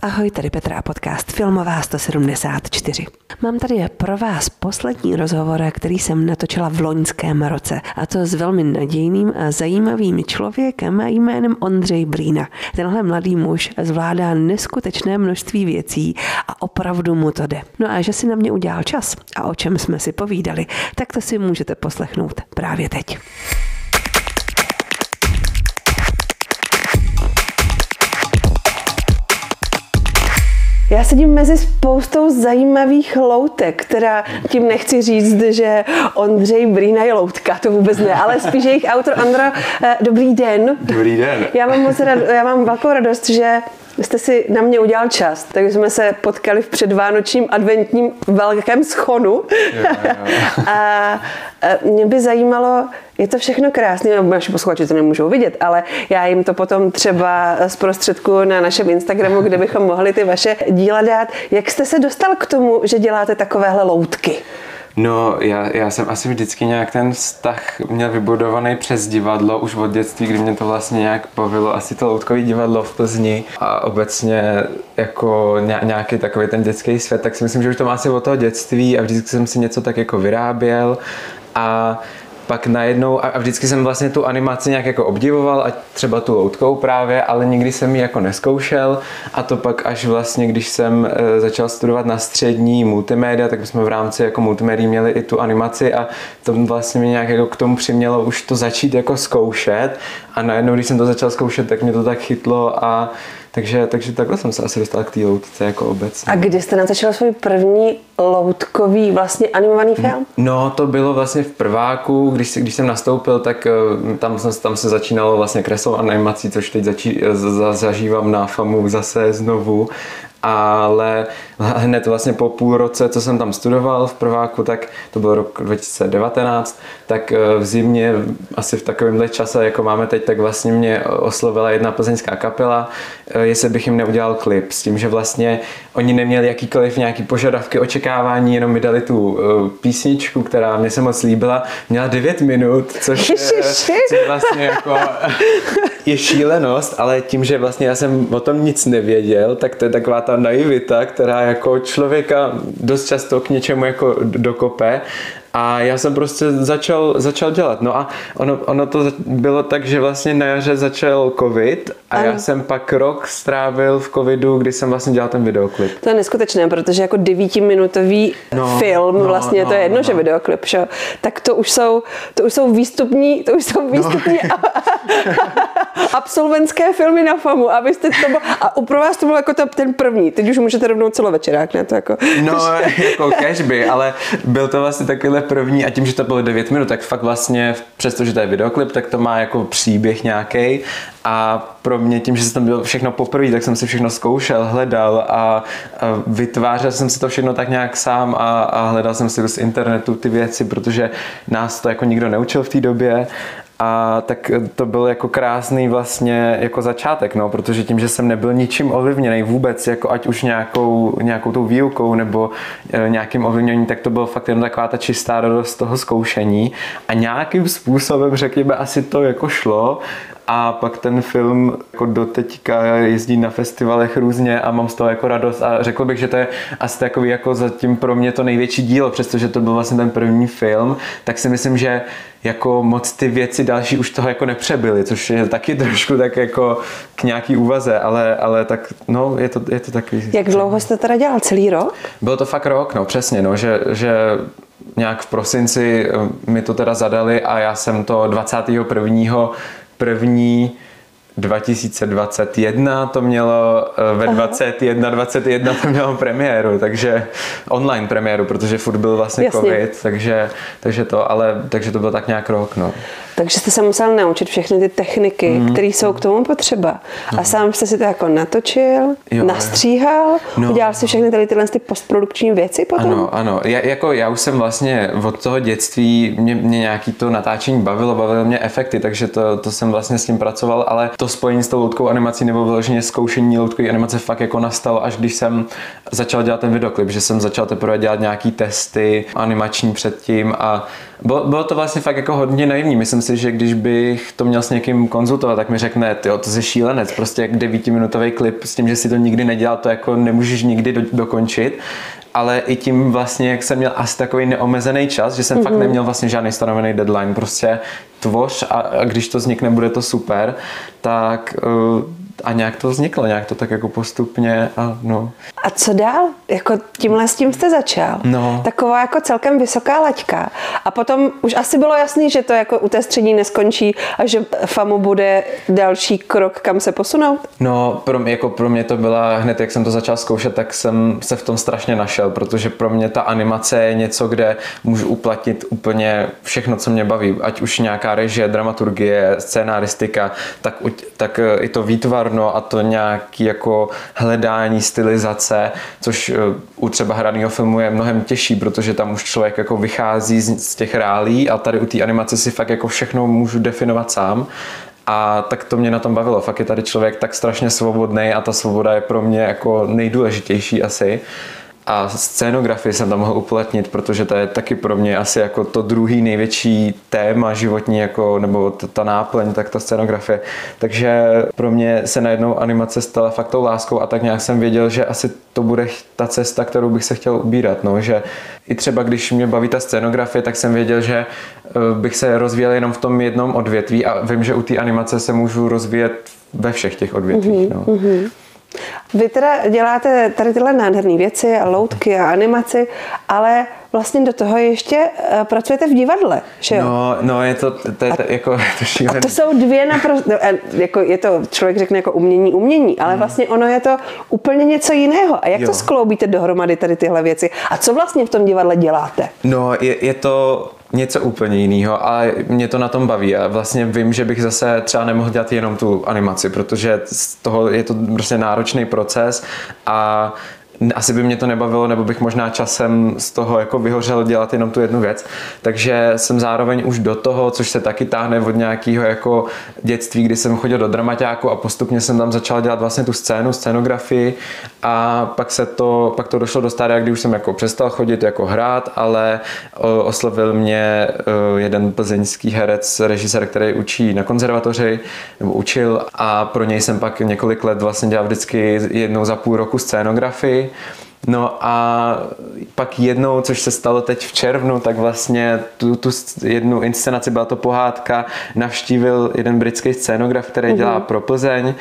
Ahoj, tady Petra a podcast Filmová 174. Mám tady pro vás poslední rozhovor, který jsem natočila v loňském roce. A to s velmi nadějným a zajímavým člověkem jménem Ondřej Brýna. Tenhle mladý muž zvládá neskutečné množství věcí a opravdu mu to jde. No a že si na mě udělal čas a o čem jsme si povídali, tak to si můžete poslechnout právě teď. Já sedím mezi spoustou zajímavých loutek, která tím nechci říct, že Ondřej Brýna je loutka, to vůbec ne, ale spíš jejich autor. Ondro, dobrý den. Dobrý den. Já mám velkou radost, že jste si na mě udělal čas, takže jsme se potkali v předvánočním adventním velkém schonu. Jo. A mě by zajímalo, je to všechno krásné, naši posluchači to nemůžou vidět, ale já jim to potom třeba zprostředkuju na našem Instagramu, kde bychom mohli ty vaše díla dát. Jak jste se dostal k tomu, že děláte takovéhle loutky? No, já jsem asi vždycky nějak ten vztah měl vybudovaný přes divadlo už od dětství, kdy mě to vlastně nějak bavilo, asi to loutkový divadlo v Plzni a obecně jako nějaký takový ten dětský svět, tak si myslím, že už to má asi od toho dětství a vždycky jsem si něco tak jako vyráběl a pak najednou, a vždycky jsem vlastně tu animaci nějak jako obdivoval, a třeba tu loutkou právě, ale nikdy jsem ji jako neskoušel a to pak až vlastně, když jsem začal studovat na střední multimédia, tak jsme v rámci jako multimédií měli i tu animaci a to vlastně mě nějak jako k tomu přimělo už to začít jako zkoušet a najednou, když jsem to začal zkoušet, tak mě to tak chytlo a takže takhle jsem se asi dostal k té loutce jako obecně. A kdy jste natočil svůj první loutkový vlastně animovaný film? No, to bylo vlastně v prváku, když jsem nastoupil, tak tam se začínalo vlastně kreslou animací, což teď zažívám na FAMu zase znovu. Ale hned vlastně po půl roce, co jsem tam studoval v prváku, tak to byl rok 2019, tak v zimě, asi v takovémhle čase, jako máme teď, tak vlastně mě oslovila jedna plzeňská kapela, jestli bych jim neudělal klip, s tím, že vlastně oni neměli jakýkoliv nějaký požadavky, očekávání, jenom mi dali tu písničku, která mě se moc líbila, měla 9 minut, což vlastně jako je šílenost, ale tím, že vlastně já jsem o tom nic nevěděl, tak to je taková ta naivita, která jako člověka dost často k něčemu jako dokope. A já jsem prostě začal dělat. No a ono to bylo tak, že vlastně na jaře začal covid a já jsem pak rok strávil v covidu, kdy jsem vlastně dělal ten videoklip. To je neskutečné, protože jako 9minutový film, vlastně to je jedno, že videoklip, že? Tak to už jsou výstupní absolventské filmy na FAMu, abyste to bylo, a pro vás to bylo jako ten první. Teď už můžete rovnou celovečerák, ne? To jako... No, jako cashby, ale byl to vlastně takovýhle první a tím, že to bylo 9 minut, tak fakt vlastně, přestože to je videoklip, tak to má jako příběh nějaký a pro mě tím, že jsem tam byl všechno poprvé, tak jsem si všechno zkoušel, hledal a vytvářel jsem si to všechno tak nějak sám a hledal jsem si z internetu ty věci, protože nás to jako nikdo neučil v té době. A tak to byl jako krásný vlastně jako začátek, no, protože tím, že jsem nebyl ničím ovlivněný vůbec, jako ať už nějakou tou výukou nebo nějakým ovlivněním, tak to bylo fakt jenom taková ta čistá radost toho zkoušení a nějakým způsobem, řekněme, asi to jako šlo. A pak ten film jako doteďka jezdí na festivalech různě a mám z toho jako radost a řekl bych, že to je asi takový jako zatím pro mě to největší dílo, přestože to byl vlastně ten první film, tak si myslím, že jako moc ty věci další už toho jako nepřebyly, což je taky trošku tak jako k nějaký úvaze, ale tak no, je to takový. Jak dlouho jste teda dělal? Celý rok? Bylo to fakt rok, no přesně, no, že nějak v prosinci mi to teda zadali a já jsem to 21. 2021 to mělo, ve 21 to mělo premiéru, takže online premiéru, protože furt byl vlastně covid, takže to bylo tak nějak rok, no. Takže jste se musel naučit všechny ty techniky, které jsou k tomu potřeba. A sám jste si to jako natočil, nastříhal, udělal si všechny tyhle postprodukční věci potom? Ano. Já už jsem vlastně od toho dětství, mě nějaký to natáčení bavilo mě efekty, takže to jsem vlastně s tím pracoval, ale to spojení s tou loutkou animací nebo vyloženě zkoušení loutkové animace fakt jako nastalo, až když jsem začal dělat ten videoklip, že jsem začal teprve dělat nějaký testy animační předtím a bylo to vlastně fakt jako hodně naivní. Myslím si, že když bych to měl s někým konzultovat, tak mi řekne, tyjo, to je šílenec, prostě jak 9minutový klip s tím, že si to nikdy nedělal, to jako nemůžeš nikdy dokončit. Ale i tím vlastně, jak jsem měl asi takový neomezený čas, že jsem fakt neměl vlastně žádný stanovený deadline, prostě tvoř a když to vznikne, bude to super, tak a nějak to vzniklo, nějak to tak jako postupně a no. A co dál? Jako tímhle s tím jste začal. No. Taková jako celkem vysoká laťka. A potom už asi bylo jasný, že to jako u té střední neskončí a že FAMU bude další krok, kam se posunout? No, pro mě to byla, hned jak jsem to začal zkoušet, tak jsem se v tom strašně našel, protože pro mě ta animace je něco, kde můžu uplatnit úplně všechno, co mě baví. Ať už nějaká režie, dramaturgie, scénaristika, tak i to výtvarno a to nějaký jako hledání, stylizace, což u třeba hraného filmu je mnohem těžší, protože tam už člověk jako vychází z těch reálí a tady u té animace si fakt jako všechno můžu definovat sám. A tak to mě na tom bavilo. Fakt je tady člověk tak strašně svobodný a ta svoboda je pro mě jako nejdůležitější asi. A scénografii jsem tam mohl uplatnit, protože to je taky pro mě asi jako to druhý největší téma životní, jako, nebo ta náplň, tak ta scénografie. Takže pro mě se najednou animace stala fakt tou láskou a tak nějak jsem věděl, že asi to bude ta cesta, kterou bych se chtěl ubírat. No. Že i třeba když mě baví ta scénografie, tak jsem věděl, že bych se rozvíjel jenom v tom jednom odvětví a vím, že u té animace se můžu rozvíjet ve všech těch odvětvích. No. Vy teda děláte tady tyhle nádherné věci a loutky a animaci, ale vlastně do toho ještě pracujete v divadle, že jo? No je to jako to šílené. A to jsou dvě naprosto, jako je to, člověk řekne jako umění, ale vlastně ono je to úplně něco jiného. A jak to skloubíte dohromady tady tyhle věci? A co vlastně v tom divadle děláte? No, je to něco úplně jiného, ale mě to na tom baví a vlastně vím, že bych zase třeba nemohl dělat jenom tu animaci, protože z toho je to prostě náročný proces a asi by mě to nebavilo, nebo bych možná časem z toho jako vyhořel dělat jenom tu jednu věc. Takže jsem zároveň už do toho, což se taky táhne od nějakého jako dětství, kdy jsem chodil do dramaťáku a postupně jsem tam začal dělat vlastně tu scénografii a pak to došlo do stádia, kdy už jsem jako přestal chodit jako hrát, ale oslovil mě jeden plzeňský herec, režisér, který učí na konzervatoři, nebo učil a pro něj jsem pak několik let vlastně dělal vždycky jednou za půl roku scénografii. No a pak jednou, což se stalo teď v červnu, tak vlastně tu jednu inscenaci, byla to pohádka, navštívil jeden britský scénograf, který dělá pro Plzeň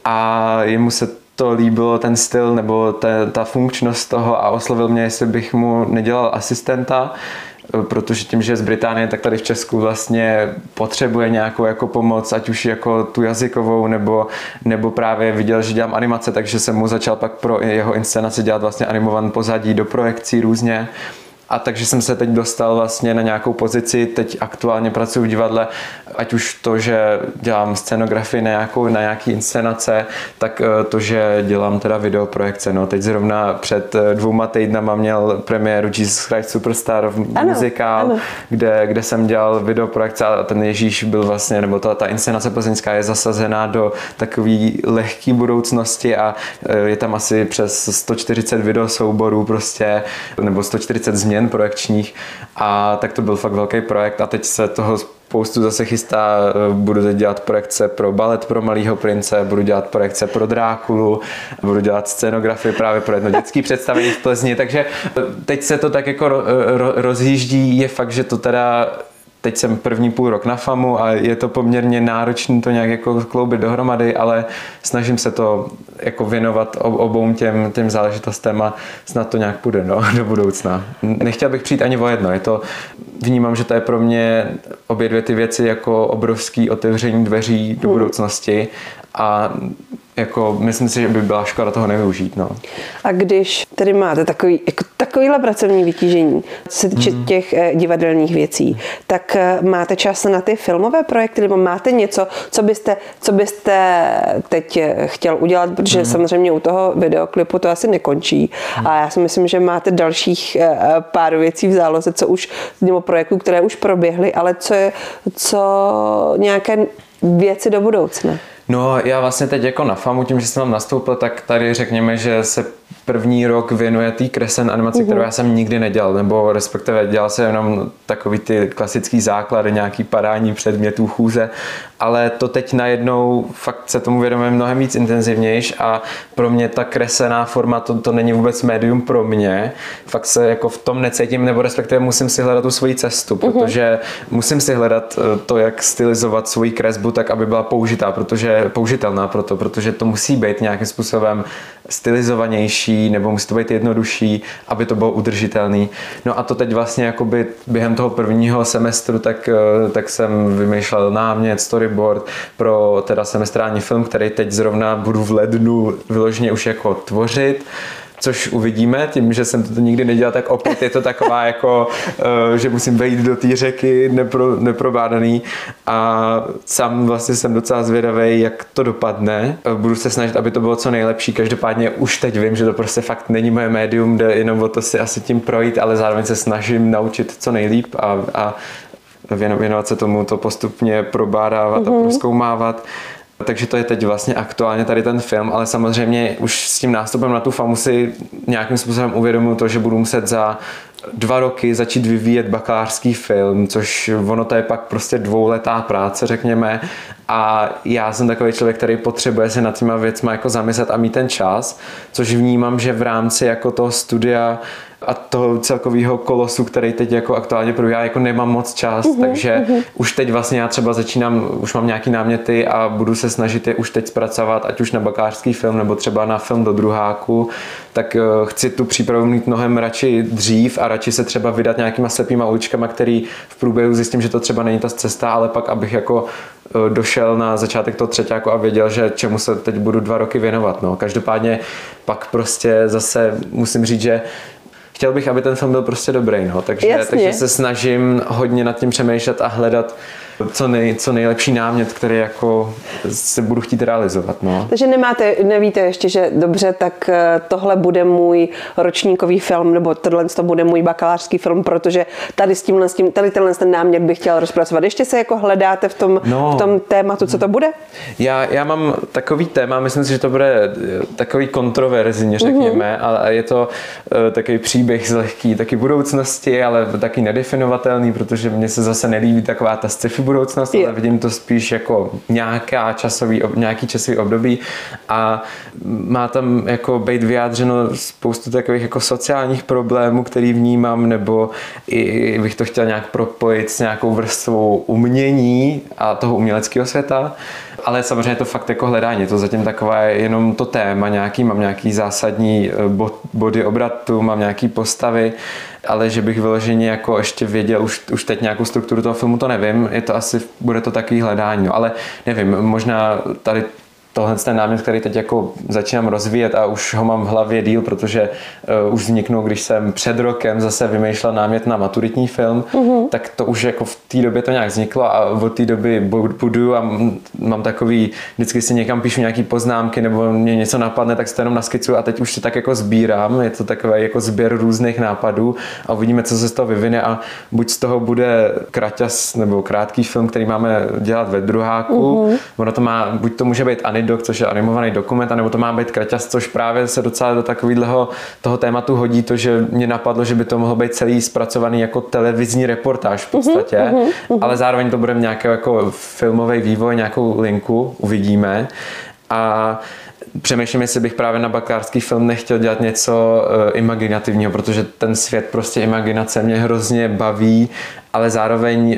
a jemu se to líbilo, ten styl nebo ta funkčnost toho a oslovil mě, jestli bych mu nedělal asistenta, protože tím, že je z Británie, tak tady v Česku vlastně potřebuje nějakou jako pomoc, ať už jako tu jazykovou, nebo právě viděl, že dělám animace, takže jsem mu začal pak pro jeho inscenaci dělat vlastně animovaný pozadí do projekcí různě. A takže jsem se teď dostal vlastně na nějakou pozici, teď aktuálně pracuji v divadle, ať už to, že dělám scénografii na nějaký inscenace, tak to, že dělám teda videoprojekce. No, teď zrovna před 2 týdnama měl premiéru Jesus Christ Superstar muzikál, kde jsem dělal videoprojekce a ten Ježíš byl vlastně, nebo ta inscenace plzeňská je zasazená do takový lehký budoucnosti a je tam asi přes 140 videosouborů prostě, nebo 140 změn projekčních a tak to byl fakt velký projekt a teď se toho spoustu zase chystá, budu teď dělat projekce pro balet pro Malýho prince, budu dělat projekce pro Drákulu, budu dělat scénografii právě pro jedno dětské představení v Plzni, takže teď se to tak jako rozjíždí, je fakt, že to teda teď jsem první půl rok na FAMu a je to poměrně náročné to nějak jako kloubit dohromady, ale snažím se to jako věnovat obou těm záležitostem a snad to nějak půjde do budoucna. Nechtěl bych přijít ani o jedno, vnímám, že to je pro mě obě dvě ty věci jako obrovský otevření dveří do budoucnosti a jako myslím si, že by byla škoda toho nevyužít. No. A když tedy máte takovýhle pracovní vytížení, co se týče těch divadelních věcí, tak máte čas na ty filmové projekty, nebo máte něco, co byste teď chtěl udělat, protože samozřejmě u toho videoklipu to asi nekončí. A já si myslím, že máte dalších pár věcí v záloze, nebo projektů, které už proběhly, ale co nějaké věci do budoucna. No já vlastně teď jako na FAMu, tím, že jsem tam nastoupil, tak tady řekněme, že se první rok věnuje té kreslen animaci, kterou já jsem nikdy nedělal, nebo respektive dělal jsem jenom takový ty klasický základy, nějaký padání předmětů, chůze, ale to teď najednou fakt se tomu vědomuje mnohem víc intenzivnějš a pro mě ta kreslená forma, to není vůbec médium pro mě. Fakt se jako v tom necítím, nebo respektive musím si hledat tu svoji cestu, protože musím si hledat to, jak stylizovat svoji kresbu tak, aby byla použitelná protože to musí být nějakým způsobem stylizovanější, nebo musí to být jednodušší, aby to bylo udržitelný. No a to teď vlastně jakoby během toho prvního semestru tak jsem vymýšlel námět, storyboard pro teda semestrální film, který teď zrovna budu v lednu vyloženě už jako tvořit. Což uvidíme, tím, že jsem to nikdy nedělal, tak opět je to taková jako, že musím vejít do té řeky neprobádaný a sám vlastně jsem docela zvědavý, jak to dopadne. Budu se snažit, aby to bylo co nejlepší, každopádně už teď vím, že to prostě fakt není moje médium, jde jenom o to si asi tím projít, ale zároveň se snažím naučit co nejlíp a věnovat se tomu to postupně probádávat a prozkoumávat. Takže to je teď vlastně aktuálně tady ten film, ale samozřejmě už s tím nástupem na tu famu si nějakým způsobem uvědomuji to, že budu muset za 2 roky začít vyvíjet bakalářský film, což ono to je pak prostě 2letá práce, řekněme. A já jsem takový člověk, který potřebuje se nad těma věcma jako zamyslet a mít ten čas, což vnímám, že v rámci jako toho studia a toho celkového kolosu, který teď jako aktuálně probíhá, jako nemám moc čas, takže už teď vlastně já třeba už mám nějaký náměty a budu se snažit je už teď zpracovat, ať už na bakalářský film, nebo třeba na film do druháku, tak chci tu přípravu mít mnohem radši dřív a radši se třeba vydat nějakýma slepýma uličkama, který v průběhu zjistím, že to třeba není ta cesta, ale pak abych jako došel na začátek toho třetíku a věděl, že čemu se teď budu 2 roky věnovat. No. Každopádně pak prostě zase musím říct, že chtěl bych, aby ten film byl prostě dobrý, no. Takže se snažím hodně nad tím přemýšlet a hledat co nejlepší námět, který jako se budu chtít realizovat. No. Takže nevíte ještě, že dobře, tak tohle bude můj ročníkový film, nebo tohle bude můj bakalářský film, protože tady tenhle ten námět bych chtěl rozpracovat. Ještě se jako hledáte v tom tématu, co to bude? Já mám takový téma, myslím si, že to bude takový kontroverzní, řekněme, ale je to takový příběh z lehký taky budoucnosti, ale taky nedefinovatelný, protože mně se zase nelíbí taková ta sci-fi budoucnost, ale vidím to spíš jako nějaký časový období a má tam jako být vyjádřeno spoustu takových jako sociálních problémů, který vnímám, nebo i bych to chtěl nějak propojit s nějakou vrstvou umění a toho uměleckého světa. Ale samozřejmě je to fakt jako hledání, to zatím takové jenom to téma mám nějaký zásadní body obratu, mám nějaký postavy, ale že bych vyloženě jako ještě věděl už teď nějakou strukturu toho filmu, to nevím, bude to takový hledání, no, ale nevím, možná tady tohle ten námět, který teď jako začínám rozvíjet a už ho mám v hlavě díl, protože už vzniknul, když jsem před rokem zase vymýšlel námět na maturitní film, tak to už jako v té době to nějak vzniklo a od té doby budu a mám takový, vždycky si někam píšu nějaký poznámky nebo mě něco napadne, tak si to jenom naskicuju a teď už to tak jako sbírám, je to takový jako sběr různých nápadů a uvidíme, co se z toho vyvine a buď z toho bude kraťas nebo krátký film, který máme dělat ve druháku, ono to buď to může být Anidok, což je animovaný dokument, anebo to má být kraťas, což právě se docela do takového toho tématu hodí to, že mě napadlo, že by to mohlo být celý zpracovaný jako televizní reportáž v podstatě, ale zároveň to bude nějaký jako filmový vývoj, nějakou linku, uvidíme. A přemýšlím, jestli bych právě na bakalářský film nechtěl dělat něco imaginativního, protože ten svět prostě imaginace mě hrozně baví, ale zároveň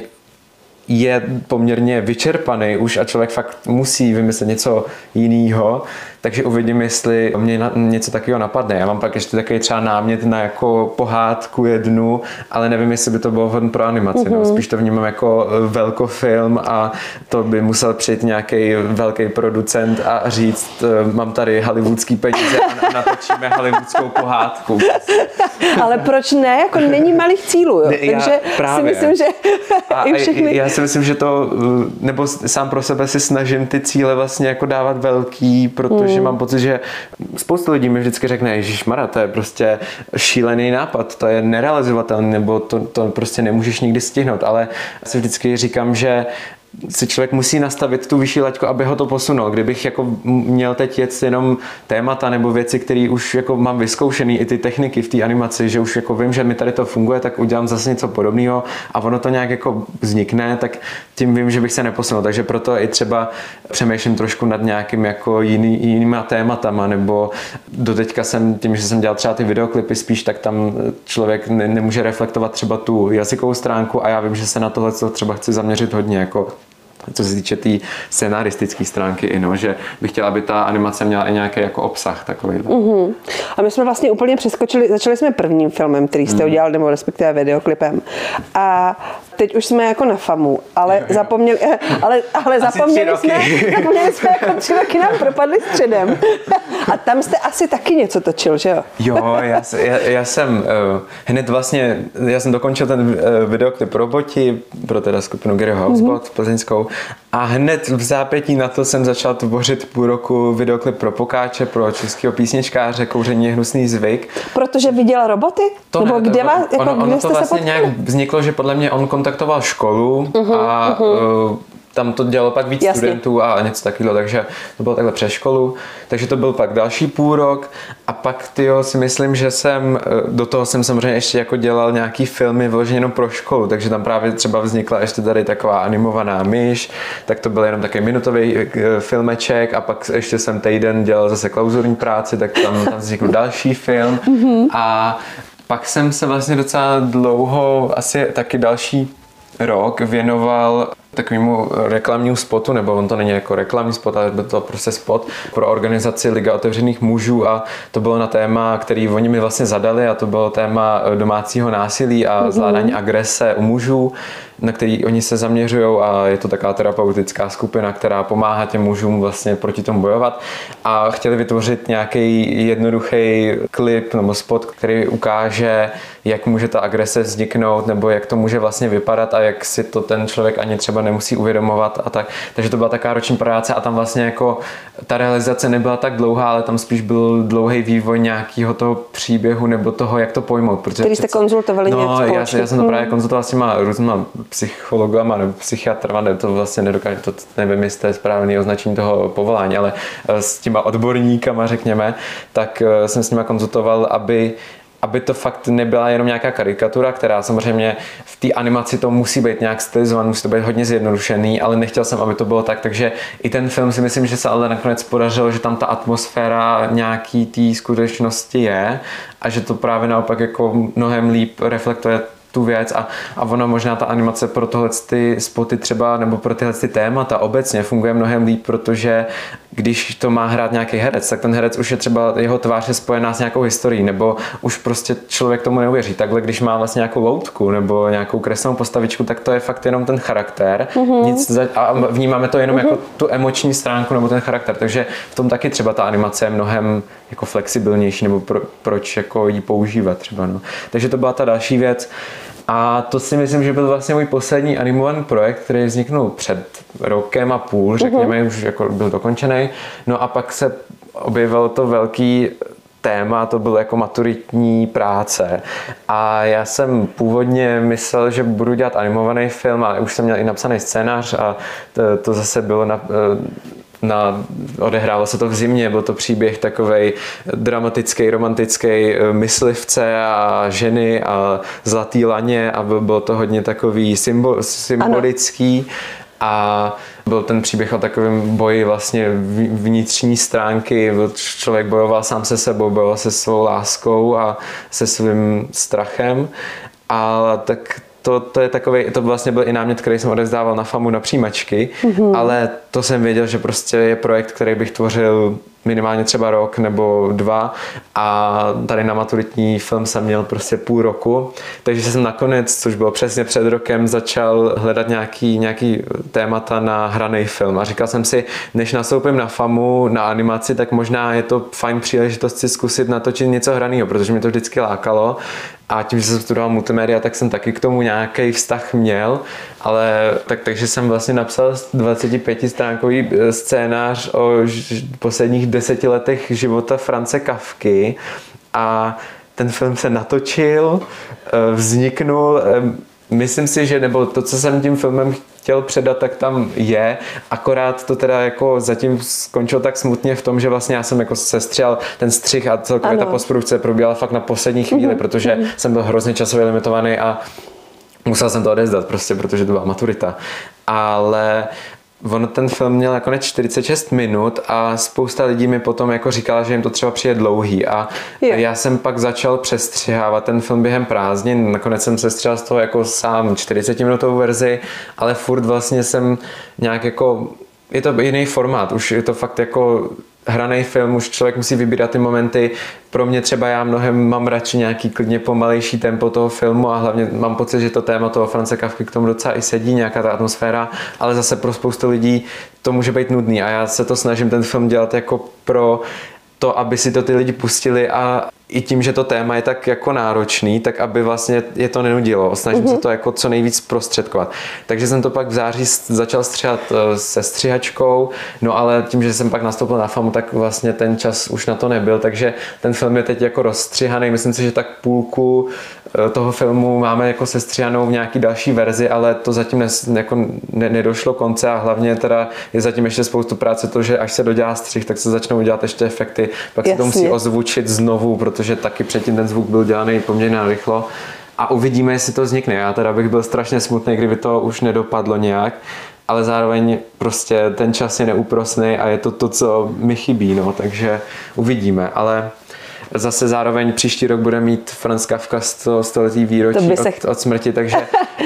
je poměrně vyčerpaný už a člověk fakt musí vymyslet něco jiného, takže uvidím, jestli mě něco takového napadne. Já mám pak ještě takový třeba námět na jako pohádku jednu, ale nevím, jestli by to bylo vhodné pro animaci. No. Spíš to vnímám jako velkofilm a to by musel přijít nějaký velký producent a říct, mám tady hollywoodský peníze a natočíme hollywoodskou pohádku. Ale proč ne? Jako není malých cílů, jo? Takže si myslím, že i všechny... Já si myslím, že to, nebo sám pro sebe si snažím ty cíle vlastně jako dávat velký, protože mám pocit, že spoustu lidí mi vždycky řekne, ježišmarja, to je prostě šílený nápad, to je nerealizovatelný, nebo to prostě nemůžeš nikdy stihnout, ale já si vždycky říkám, že si člověk musí nastavit tu vyšší laťku, aby ho to posunul. Kdybych jako měl teď jet jenom témata nebo věci, které už jako mám vyzkoušený, i ty techniky v té animaci, že už jako vím, že mi tady to funguje, tak udělám zase něco podobného a ono to nějak jako vznikne, tak tím vím, že bych se neposunul. Takže proto i třeba přemýšlím trošku nad nějakým jako jinýma tématama, nebo doteďka jsem tím, že jsem dělal třeba ty videoklipy spíš, tak tam člověk nemůže reflektovat třeba tu jazykovou stránku a já vím, že se na tohle třeba chci zaměřit hodně, jako co se týče té scenaristické stránky, že bych chtěla, aby ta animace měla i nějaký jako obsah takový. A my jsme vlastně úplně přeskočili, začali jsme prvním filmem, který jste udělal, nebo respektive videoklipem. A teď už jsme jako na FAMu, ale zapomněli jsme jako 3 roky nám propadli středem. A tam jste asi taky něco točil, že jo? Jo, já jsem hned vlastně, já jsem dokončil ten videoklip Roboti pro teda skupinu Gary Housebot plzeňskou a hned v zápětí na to jsem začal tvořit půl roku videoklip pro Pokáče, pro českého písničkáře Kouření je hnusný zvyk. Protože viděl Roboty? To nebo ne, kde vás, jako, ono kde to vlastně nějak vzniklo, že podle mě on kontaktoval školu a tam to dělalo pak víc studentů a něco takového, takže to bylo takhle přes školu. Takže to byl pak další půl rok a pak si myslím, že do toho jsem samozřejmě ještě jako dělal nějaký filmy vyloženě jenom pro školu, takže tam právě třeba vznikla ještě tady taková animovaná myš, tak to byl jenom takový minutový filmeček a pak ještě jsem týden dělal zase klauzurní práci, tak tam vznikl další film a pak jsem se vlastně docela dlouho, asi taky další rok věnoval takovému reklamnímu spotu, nebo on to není jako reklamní spot, ale byl to prostě spot pro organizaci Liga otevřených mužů a to bylo na téma, který oni mi vlastně zadali a to bylo téma domácího násilí a zvládání agrese u mužů, na který oni se zaměřují a je to taková terapeutická skupina, která pomáhá těm mužům vlastně proti tomu bojovat a chtěli vytvořit nějaký jednoduchý klip nebo spot, který ukáže, jak může ta agrese vzniknout nebo jak to může vlastně vypadat a jak si to ten člověk ani třeba nemusí uvědomovat a tak. Takže to byla taková roční práce a tam vlastně jako ta realizace nebyla tak dlouhá, ale tam spíš byl dlouhý vývoj nějakého toho příběhu nebo toho, jak to pojmout. Který jste konzultovali nějak společně? Já jsem to právě konzultoval s těma různýma psychologama nebo psychiatrama, to vlastně nedokážu, to nevím, jestli to je správný označení toho povolání, ale s těma odborníkama, řekněme, tak jsem s nima konzultoval, aby to fakt nebyla jenom nějaká karikatura, která samozřejmě v té animaci to musí být nějak stylizovaný, musí to být hodně zjednodušený, ale nechtěl jsem, aby to bylo tak, takže i ten film si myslím, že se ale nakonec podařilo, že tam ta atmosféra nějaký té skutečnosti je a že to právě naopak jako mnohem líp reflektuje tu věc a ona možná ta animace pro tohle ty spoty třeba nebo pro tyhle ty témata obecně funguje mnohem líp, protože když to má hrát nějaký herec, tak ten herec už je třeba jeho tvář je spojená s nějakou historií, nebo už prostě člověk tomu neuvěří. Takhle, když má vlastně nějakou loutku nebo nějakou kreslenou postavičku, tak to je fakt jenom ten charakter. A vnímáme to jenom jako tu emoční stránku nebo ten charakter. Takže v tom taky třeba ta animace je mnohem jako flexibilnější, nebo proč jako ji používat třeba. No. Takže to byla ta další věc. A to si myslím, že byl vlastně můj poslední animovaný projekt, který vzniknul před rokem a půl, řekněme, už jako byl dokončený. No a pak se objevilo to velký téma, to bylo jako maturitní práce. A já jsem původně myslel, že budu dělat animovaný film, ale už jsem měl i napsaný scénář a to zase bylo odehrálo se to v zimě, byl to příběh takovej dramatický, romantický myslivce a ženy a zlatý laně a bylo to hodně takový symbolický. Ano. A byl ten příběh o takovém boji vlastně vnitřní stránky. Člověk bojoval sám se sebou, bojoval se svou láskou a se svým strachem. A tak to je takovej, to vlastně byl i námět, který jsem odevzdával na FAMu na přijímačky, ale to jsem věděl, že prostě je projekt, který bych tvořil minimálně třeba rok nebo 2 a tady na maturitní film jsem měl prostě půl roku, takže jsem nakonec, což bylo přesně před rokem, začal hledat nějaký témata na hraný film a říkal jsem si, než nastoupím na FAMu, na animaci, tak možná je to fajn příležitost si zkusit natočit něco hranýho, protože mě to vždycky lákalo a tím, že jsem studoval multimédia, tak jsem taky k tomu nějaký vztah měl, ale takže jsem vlastně napsal 25stránkový scénář o posledních 10 letech života France Kafky a ten film se natočil, vzniknul, Myslím si, že nebo to, co jsem tím filmem chtěl předat, tak tam je, akorát to teda jako zatím skončilo tak smutně v tom, že vlastně já jsem jako sestřel ten střih a celkově ta postprodukce probíhala fakt na poslední chvíli, protože jsem byl hrozně časově limitovaný a musel jsem to odevzdat prostě, protože to byla maturita. Ale ten film měl nakonec 46 minut a spousta lidí mi potom jako říkala, že jim to třeba přijde dlouhý a já jsem pak začal přestřihávat ten film během prázdnin, nakonec jsem sestřihal z toho jako sám 40-minutovou verzi, ale furt vlastně jsem nějak jako, je to jiný formát, už je to fakt jako hraný film, už člověk musí vybírat ty momenty. Pro mě třeba já mnohem mám radši nějaký klidně pomalejší tempo toho filmu a hlavně mám pocit, že to téma toho Franze Kafky k tomu docela i sedí, nějaká ta atmosféra, ale zase pro spoustu lidí to může být nudný a já se to snažím ten film dělat jako pro to, aby si to ty lidi pustili a i tím, že to téma je tak jako náročný, tak aby vlastně je to nenudilo. Snažím se to jako co nejvíc prostředkovat. Takže jsem to pak v září začal stříhat se stříhačkou, no ale tím, že jsem pak nastoupil na FAMu, tak vlastně ten čas už na to nebyl, takže ten film je teď jako rozstřihaný. Myslím si, že tak půlku toho filmu máme jako sestříhanou v nějaký další verzi, ale to zatím nedošlo konce a hlavně teda je zatím ještě spoustu práce to, že až se dodělá střih, tak se začnou dělat ještě efekty, pak se to musí ozvučit znovu, protože taky předtím ten zvuk byl dělaný poměrně narychlo a uvidíme, jestli to vznikne. Já teda bych byl strašně smutný, kdyby to už nedopadlo nějak, ale zároveň prostě ten čas je neúprosný a je to, co mi chybí, no, takže uvidíme, ale zase zároveň příští rok bude mít Franz Kafka 100letý výročí od smrti, takže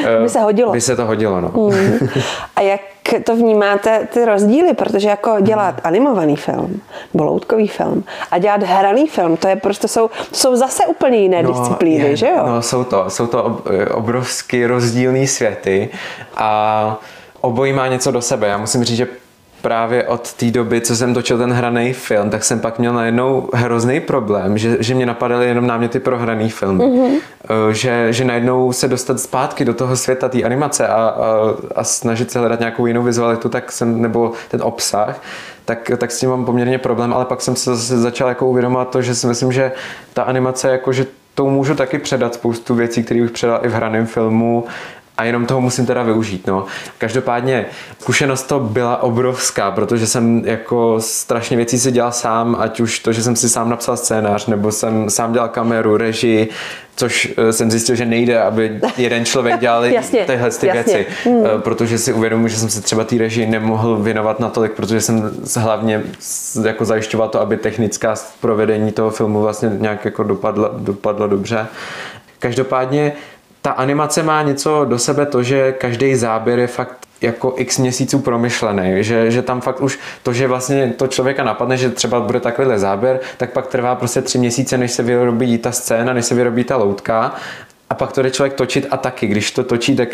by se to hodilo. No. A jak to vnímáte ty rozdíly, protože jako dělat animovaný film, nebo loutkový film a dělat hraný film, to je prostě jsou zase úplně jiné disciplíny, že jo? No, jsou to obrovsky rozdílný světy a obojí má něco do sebe. Já musím říct, že právě od té doby, co jsem točil ten hraný film, tak jsem pak měl najednou hrozný problém, že mě napadaly jenom náměty pro hraný film. Že najednou se dostat zpátky do toho světa té animace a snažit se hledat nějakou jinou vizualitu, nebo ten obsah, tak s tím mám poměrně problém, ale pak jsem se zase začal jako uvědomovat to, že si myslím, že ta animace, jako, že tou můžu taky předat spoustu věcí, které bych předal i v hraném filmu, a jenom toho musím teda využít, no. Každopádně zkušenost to byla obrovská, protože jsem jako strašně věcí si dělal sám, ať už to, že jsem si sám napsal scénář, nebo jsem sám dělal kameru, režii, což jsem zjistil, že nejde, aby jeden člověk dělal tyhle věci, protože si uvědomuji, že jsem se třeba té režii nemohl věnovat natolik, protože jsem hlavně jako zajišťoval to, aby technická provedení toho filmu vlastně nějak jako dopadla dobře. Každopádně ta animace má něco do sebe, to, že každý záběr je fakt jako x měsíců promyšlený, že tam fakt už to, že vlastně to člověka napadne, že třeba bude takovýhle záběr, tak pak trvá prostě 3 měsíce, než se vyrobí ta scéna, než se vyrobí ta loutka a pak to jde člověk točit a taky, když to točí, tak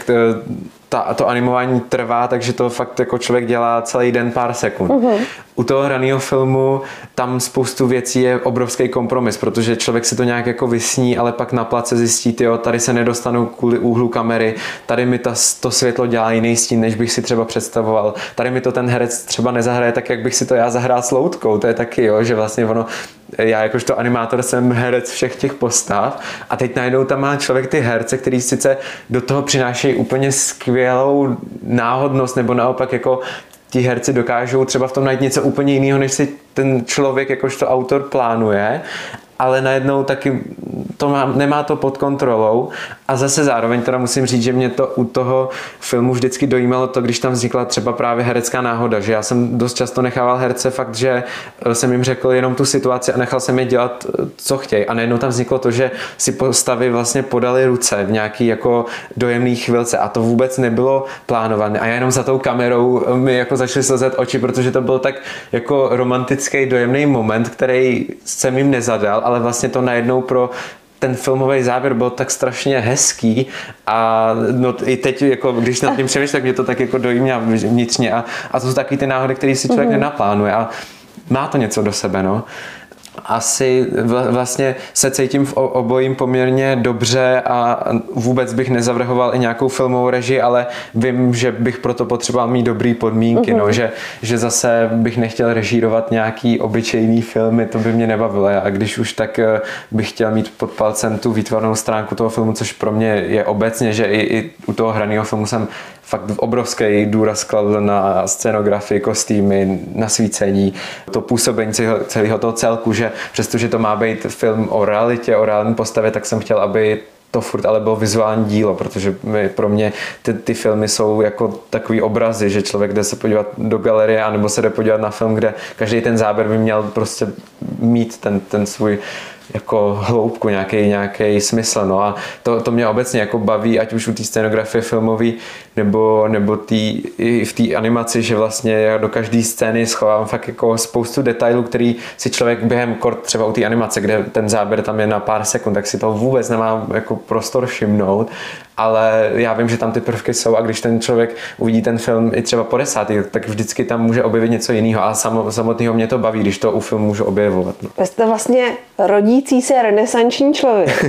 to animování trvá, takže to fakt jako člověk dělá celý den pár sekund. U toho hraného filmu tam spoustu věcí je obrovský kompromis, protože člověk si to nějak jako vysní, ale pak na place zjistí, tyjo, tady se nedostanu kvůli úhlu kamery, tady mi to světlo dělá jiný stín, než bych si třeba představoval, tady mi to ten herec třeba nezahraje tak, jak bych si to já zahrál s loutkou, to je taky, jo, že vlastně já jakožto animátor jsem herec všech těch postav a teď najednou tam má člověk ty herce, který sice do toho přinášejí úplně skvělou náhodnost, nebo naopak jako ti herci dokážou třeba v tom najít něco úplně jiného, než si ten člověk jakožto autor plánuje, ale najednou taky nemá to pod kontrolou a zase zároveň teda musím říct, že mě to u toho filmu vždycky dojímalo to, když tam vznikla třeba právě herecká náhoda, že já jsem dost často nechával herce fakt, že jsem jim řekl jenom tu situaci a nechal jsem je dělat, co chtějí a najednou tam vzniklo to, že si postavy vlastně podali ruce v nějaký jako dojemný chvilce a to vůbec nebylo plánované a já jenom za tou kamerou mi jako začaly slzet oči, protože to byl tak jako romantický dojemný moment, který jsem jim nezadal, ale vlastně to najednou pro ten filmový záběr byl tak strašně hezký a no, i teď, jako, když nad tím přemýšlím, tak mě to tak jako dojímá vnitřně a to jsou taky ty náhody, které si člověk nenaplánuje a má to něco do sebe, no. asi vlastně se cítím v obojím poměrně dobře a vůbec bych nezavrhoval i nějakou filmovou režii, ale vím, že bych proto potřeboval mít dobrý podmínky, no, že zase bych nechtěl režírovat nějaký obyčejný filmy, to by mě nebavilo. A když už, tak bych chtěl mít pod palcem tu výtvarnou stránku toho filmu, což pro mě je obecně, že i u toho hraného filmu jsem fakt obrovský důraz kladl na scenografii, kostýmy, nasvícení, to působení celého toho celku, že přestože to má být film o realitě, o reálné postavě, tak jsem chtěl, aby to furt ale bylo vizuální dílo, protože pro mě ty filmy jsou jako takový obrazy, že člověk jde se podívat do galerie anebo se jde podívat na film, kde každý ten záběr by měl prostě mít ten svůj jako hloubku, nějaký smysl. No a to mě obecně jako baví, ať už u té scenografie filmové, nebo i v té animaci, že vlastně já do každé scény schovám fakt jako spoustu detailů, který si člověk během kort, třeba u té animace, kde ten záběr tam je na pár sekund, tak si to vůbec nemá jako prostor všimnout, ale já vím, že tam ty prvky jsou a když ten člověk uvidí ten film i třeba po 10, tak vždycky tam může objevit něco jiného a samotného mě to baví, když to u filmu můžu objevovat. No. Vy jste vlastně rodící se renesanční člověk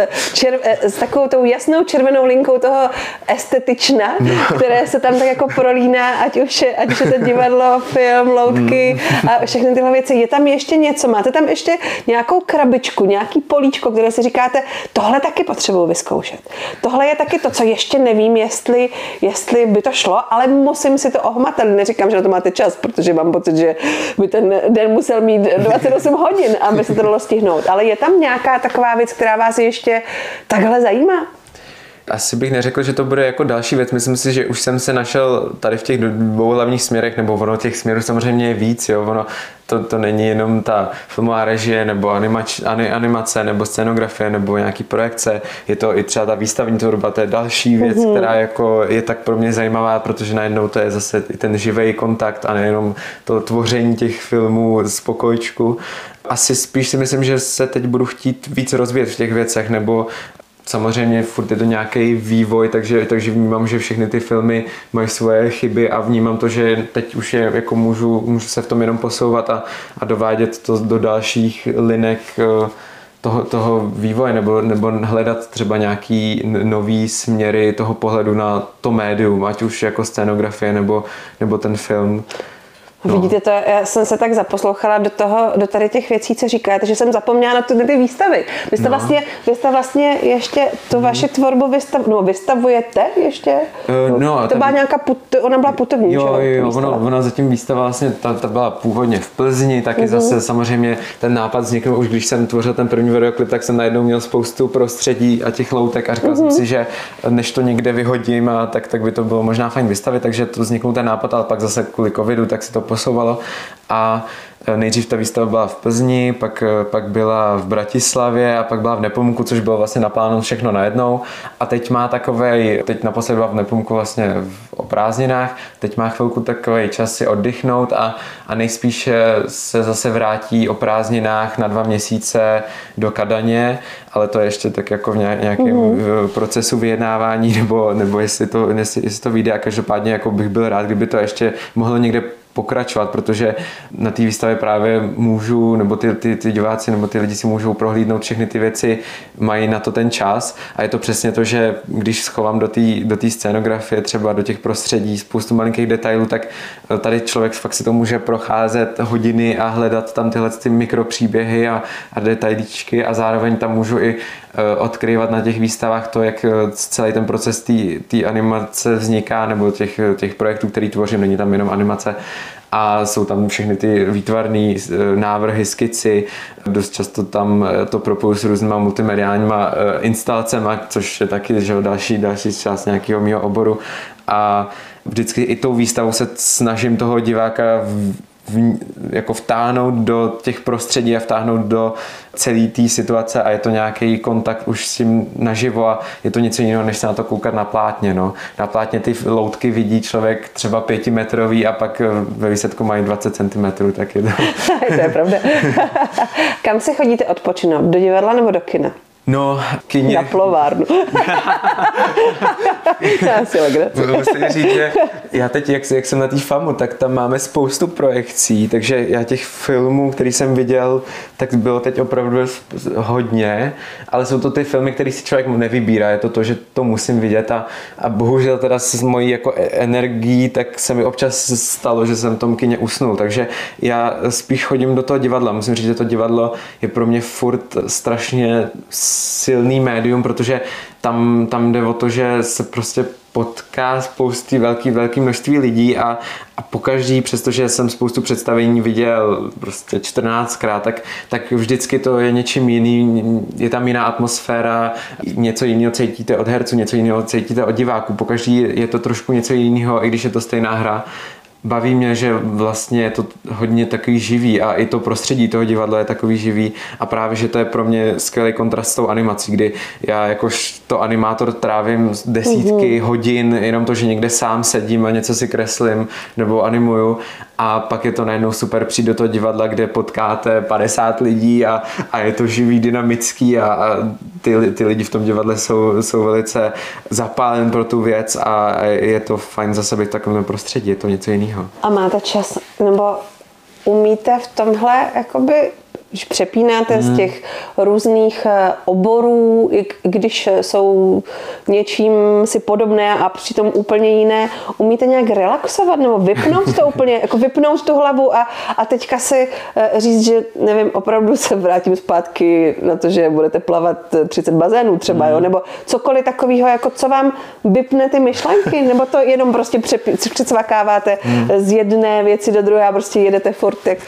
s takovou tou jasnou červenou linkou toho estetična, které se tam tak jako prolíná, ať už je to divadlo, film, loutky a všechny tyhle věci. Je tam ještě něco? Máte tam ještě nějakou krabičku, nějaký políčko, které si říkáte, tohle taky potřebuji vyzkoušet. Tohle je taky to, co ještě nevím, jestli by to šlo, ale musím si to ohmatat. Neříkám, že na to máte čas, protože mám pocit, že by ten den musel mít 28 hodin, aby se to dalo stihnout. Ale je tam nějaká taková věc, která vás ještě takhle zajímá? Asi bych neřekl, že to bude jako další věc. Myslím si, že už jsem se našel tady v těch dvou hlavních směrech, nebo ono těch směrů samozřejmě je víc. Jo? Ono to není jenom ta filmová režie, nebo animace, nebo scenografie, nebo nějaký projekce. Je to i třeba ta výstavní tvorba, to je další věc, která jako je tak pro mě zajímavá, protože najednou to je zase i ten živý kontakt a nejenom to tvoření těch filmů z pokojičku. Asi spíš si myslím, že se teď budu chtít víc rozvíjet v těch věcech, nebo samozřejmě furt je to nějaký vývoj, takže vnímám, že všechny ty filmy mají svoje chyby a vnímám to, že teď už je jako můžu se v tom jenom posouvat a dovádět to do dalších linek toho vývoje nebo hledat třeba nějaký nový směry toho pohledu na to médium, ať už jako scénografie nebo ten film. No. Vidíte to, já jsem se tak zaposlouchala do tady těch věcí, co říkáte, že jsem zapomněla na ty výstavy. Vy jste vlastně ještě tu vaši tvorbu vystavujete ještě? To byla nějaká, ona byla putovní, jo, ona zatím výstava vlastně, ta byla původně v Plzni, taky zase samozřejmě ten nápad vznikl, už když jsem tvořil ten první videoklip, tak jsem najednou měl spoustu prostředí a těch loutek a říkal jsem si, že než to někde vyhodím, tak by to bylo možná fajn vystavit, takže to vzniknul ten nápad, ale pak zase kvůli covidu, tak se to posouvalo a nejdřív ta výstava byla v Plzni, pak byla v Bratislavě a pak byla v Nepomukku, což bylo vlastně naplánováno všechno najednou a teď naposledy byla v Nepomukku vlastně o prázdninách, teď má chvilku takovej čas si oddychnout a nejspíš se zase vrátí o prázdninách na 2 měsíce do Kadaně, ale to je ještě tak jako v nějakém procesu vyjednávání nebo jestli to vyjde a každopádně jako bych byl rád, kdyby to ještě mohlo někde pokračovat, protože na té výstavě právě můžu, nebo ty diváci nebo ty lidi si můžou prohlídnout všechny ty věci, mají na to ten čas a je to přesně to, že když schovám do té scénografie, třeba do těch prostředí spoustu malinkých detailů, tak tady člověk fakt si to může procházet hodiny a hledat tam tyhle mikropříběhy a detailičky a zároveň tam můžu i odkryvat na těch výstavách to, jak celý ten proces té animace vzniká, nebo těch projektů, který tvořím, není tam jenom animace a jsou tam všechny ty výtvarné návrhy, skici, dost často tam to propoju s různýma multimediálníma instalacemi, což je taky další část nějakého mého oboru a vždycky i tou výstavou se snažím toho diváka jako vtáhnout do těch prostředí a vtáhnout do celé té situace a je to nějaký kontakt už s tím naživo a je to něco jiného, než se na to koukat na plátně. No. Na plátně ty loutky vidí člověk třeba 5metrový a pak ve výsledku mají 20 cm, tak je to... To je pravda. Kam se chodíte odpočinout? Do divadla nebo do kina? No, kyně... Na plovárnu. Já si musím říct, že já teď, jak jsem na té FAMu, tak tam máme spoustu projekcí, takže já těch filmů, který jsem viděl, tak bylo teď opravdu hodně, ale jsou to ty filmy, které si člověk nevybírá, je to, že to musím vidět a bohužel teda s mojí jako energií, tak se mi občas stalo, že jsem v tom kině usnul, takže já spíš chodím do toho divadla. Musím říct, že to divadlo je pro mě furt strašně silný médium, protože tam jde o to, že se prostě potká spousty velký množství lidí a pokaždý, přestože jsem spoustu představení viděl prostě 14krát, tak vždycky to je něčím jiným, je tam jiná atmosféra, něco jiného cítíte od herců, něco jiného cítíte od diváků, pokaždý je to trošku něco jiného, i když je to stejná hra. Baví mě, že vlastně je to hodně takový živý a i to prostředí toho divadla je takový živý a právě, že to je pro mě skvělý kontrast s tou animací, kdy já jakožto animátor trávím desítky hodin jenom to, že někde sám sedím a něco si kreslím nebo animuju a pak je to najednou super přijít do toho divadla, kde potkáte 50 lidí a je to živý, dynamický a ty lidi v tom divadle jsou velice zapáleni pro tu věc a je to fajn zase být v takovém prostředí, je to něco jiného. A máte čas, nebo umíte v tomhle, jakoby, když přepínáte z těch různých oborů, i když jsou něčím si podobné a přitom úplně jiné, umíte nějak relaxovat nebo vypnout to úplně, jako vypnout tu hlavu a teďka si říct, že nevím, opravdu se vrátím zpátky na to, že budete plavat 30 bazénů třeba, jo, nebo cokoliv takového, jako co vám vypne ty myšlenky, nebo to jenom prostě přecvakáváte z jedné věci do druhé a prostě jedete furt jak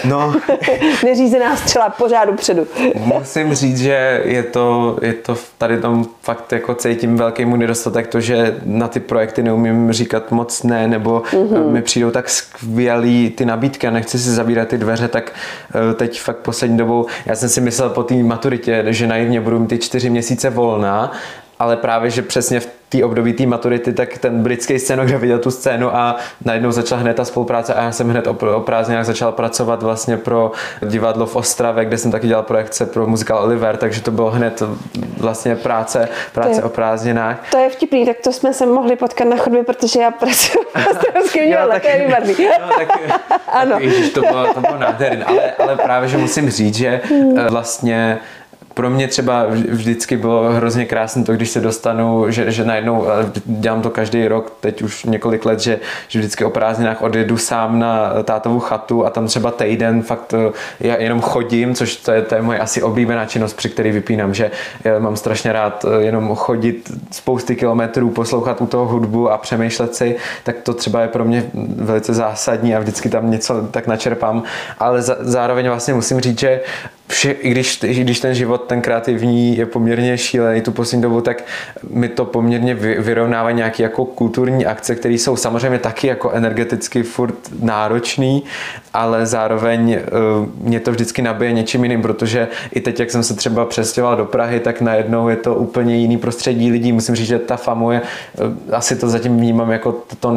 neřízená střela pořád dopředu. Musím říct, že je to tady tam fakt jako cítím velkýmu nedostatek to, že na ty projekty neumím říkat moc ne, nebo mi přijdou tak skvělý ty nabídky a nechci si zavírat ty dveře, tak teď fakt poslední dobou, já jsem si myslel po té maturitě, že naivně budu mít ty 4 měsíce volna, ale právě, že přesně v té období té maturity, tak ten britský scénograf viděl tu scénu a najednou začala hned ta spolupráce a já jsem hned o prázdninách začal pracovat vlastně pro divadlo v Ostravě, kde jsem taky dělal projekce pro muzikál Oliver, takže to bylo hned vlastně práce o prázdninách. To je vtipný, tak to jsme se mohli potkat na chodbě, protože já pracuji v Ostravském divadle, to je výborný. Ano. Ježiš, to bylo nádherný, ale právě, že musím říct, že vlastně pro mě třeba vždycky bylo hrozně krásné to, když se dostanu, že najednou, dělám to každý rok, teď už několik let, že vždycky o prázdninách odjedu sám na tátovu chatu a tam třeba týden fakt já jenom chodím, což to je moje asi oblíbená činnost, při který vypínám, že já mám strašně rád jenom chodit spousty kilometrů, poslouchat u toho hudbu a přemýšlet si, tak to třeba je pro mě velice zásadní a vždycky tam něco tak načerpám, ale zároveň vlastně musím říct, že i když ten život, ten kreativní je poměrně šílený tu poslední dobu, tak mi to poměrně vyrovnává nějaké jako kulturní akce, které jsou samozřejmě taky jako energeticky furt náročný, ale zároveň mě to vždycky nabije něčím jiným, protože i teď, jak jsem se třeba přestěhoval do Prahy, tak najednou je to úplně jiný prostředí lidí. Musím říct, že ta FAMU je, asi to zatím vnímám jako to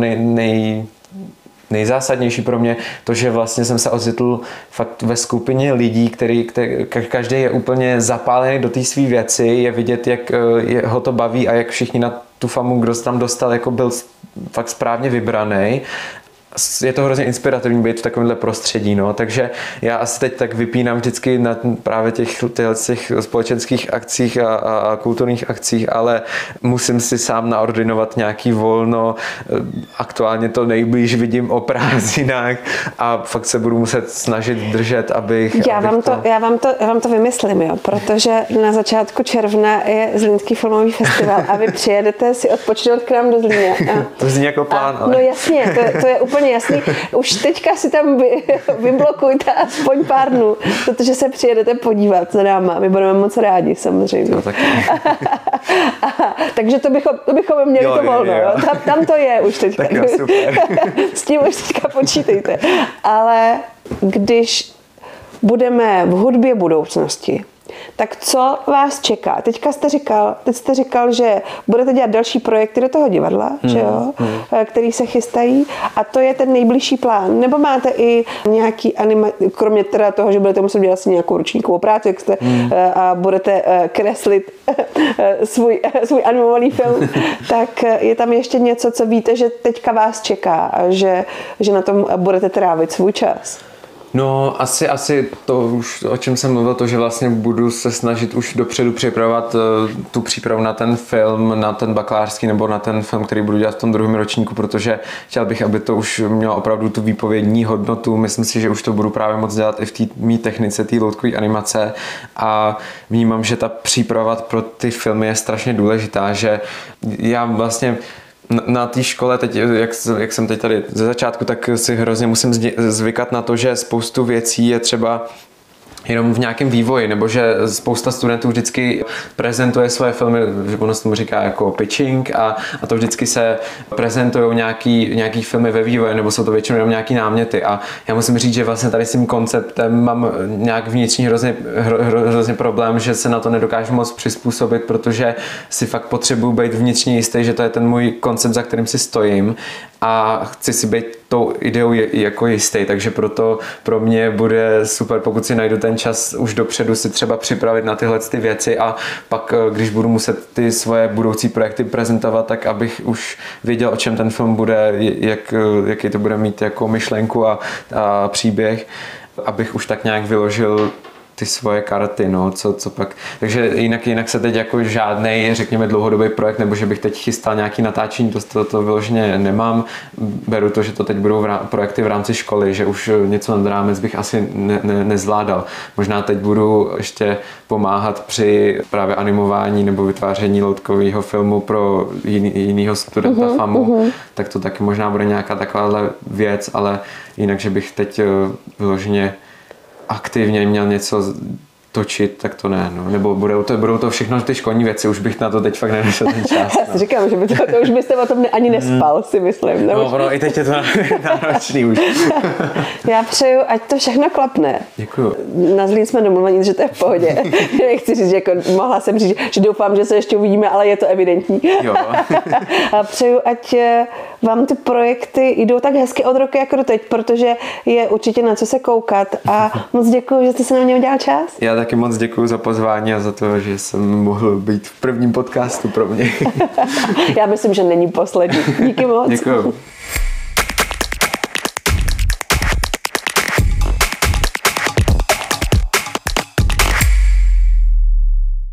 nejzásadnější pro mě, to, že vlastně jsem se ocitl fakt ve skupině lidí, který každý je úplně zapálený do té své věci, je vidět, jak ho to baví a jak všichni na tu FAMU, kdo se tam dostal, jako byl fakt správně vybraný. Je to hrozně inspirativní být v takovémhle prostředí, no. Takže já asi teď tak vypínám vždycky na právě těch společenských akcích a kulturních akcích, ale musím si sám naordinovat nějaký volno. Aktuálně to nejblíž vidím o prázdninách a fakt se budu muset snažit držet, abych... Já vám to vymyslím, jo, protože na začátku června je Zlínský filmový festival a vy přijedete si odpočinout k nám do Zlína. To zní jako plán, ale... No jasně, to je úplně jasný. Už teďka si tam vyblokujte aspoň pár dnů, protože se přijedete podívat za náma. My budeme moc rádi, samozřejmě. No, taky. Takže to bychom měli to volno. Jo. Tam to je už teďka. Tak jo, super. S tím už teďka počítejte. Ale když budeme v hudbě budoucnosti, tak co vás čeká? Teď jste říkal, že budete dělat další projekty do toho divadla, že jo? Který se chystají a to je ten nejbližší plán. Nebo máte i nějaký kromě teda toho, že budete muset dělat si nějakou ročníkovou práci, jak jste, a budete kreslit svůj animovaný film, tak je tam ještě něco, co víte, že teďka vás čeká a že na tom budete trávit svůj čas. No, asi to už, o čem jsem mluvil, to, že vlastně budu se snažit už dopředu připravovat tu přípravu na ten film, na ten bakalářský nebo na ten film, který budu dělat v tom druhém ročníku, protože chtěl bych, aby to už mělo opravdu tu výpovědní hodnotu. Myslím si, že už to budu právě moc dělat i v té mý technice, té loutkové animace a vnímám, že ta příprava pro ty filmy je strašně důležitá, že já vlastně na té škole, teď, jak jsem teď tady ze začátku, tak si hrozně musím zvykat na to, že spoustu věcí je třeba jenom v nějakém vývoji, nebo že spousta studentů vždycky prezentuje svoje filmy, že ono se tomu říká jako pitching a to vždycky se prezentují nějaký filmy ve vývoji, nebo jsou to většinou jenom nějaký náměty a já musím říct, že vlastně tady s tím konceptem mám nějak vnitřní hrozně problém, že se na to nedokážu moc přizpůsobit, protože si fakt potřebuji být vnitřně jistý, že to je ten můj koncept, za kterým si stojím a chci si být tou ideou jako jistý, takže proto pro mě bude super, pokud si najdu ten čas už dopředu si třeba připravit na tyhle ty věci a pak, když budu muset ty svoje budoucí projekty prezentovat, tak abych už věděl, o čem ten film bude, jaký to bude mít jako myšlenku a příběh, abych už tak nějak vyložil ty svoje karty, no, co pak. Takže jinak se teď jako žádnej, řekněme, dlouhodobý projekt, nebo že bych teď chystal nějaký natáčení, to vyloženě nemám. Beru to, že to teď budou projekty v rámci školy, že už něco nad rámec bych asi nezvládal. Možná teď budu ještě pomáhat při právě animování nebo vytváření loutkového filmu pro jinýho studenta FAMu, tak to taky možná bude nějaká takováhle věc, ale jinak, že bych teď vyloženě aktivně měl něco točit, tak to ne, no. Nebo budou to všechno ty školní věci, už bych na to teď fakt nenesl ten čas. Já si říkám, že by to už byste o tom ani nespal, si myslím. No, i teď je to náročný už. Já přeju, ať to všechno klapne. Děkuju. Na Zlín jsme domluveni, že to je v pohodě. Nechci říct, že jako mohla jsem říct, že doufám, že se ještě uvidíme, ale je to evidentní. Jo. A přeju, ať vám ty projekty jdou tak hezky od roky jako do teď, protože je určitě na co se koukat a moc děkuji, že jste se na mě udělal čas. Já taky moc děkuji za pozvání a za to, že jsem mohl být v prvním podcastu pro mě. Já myslím, že není poslední. Díky moc. Děkuji.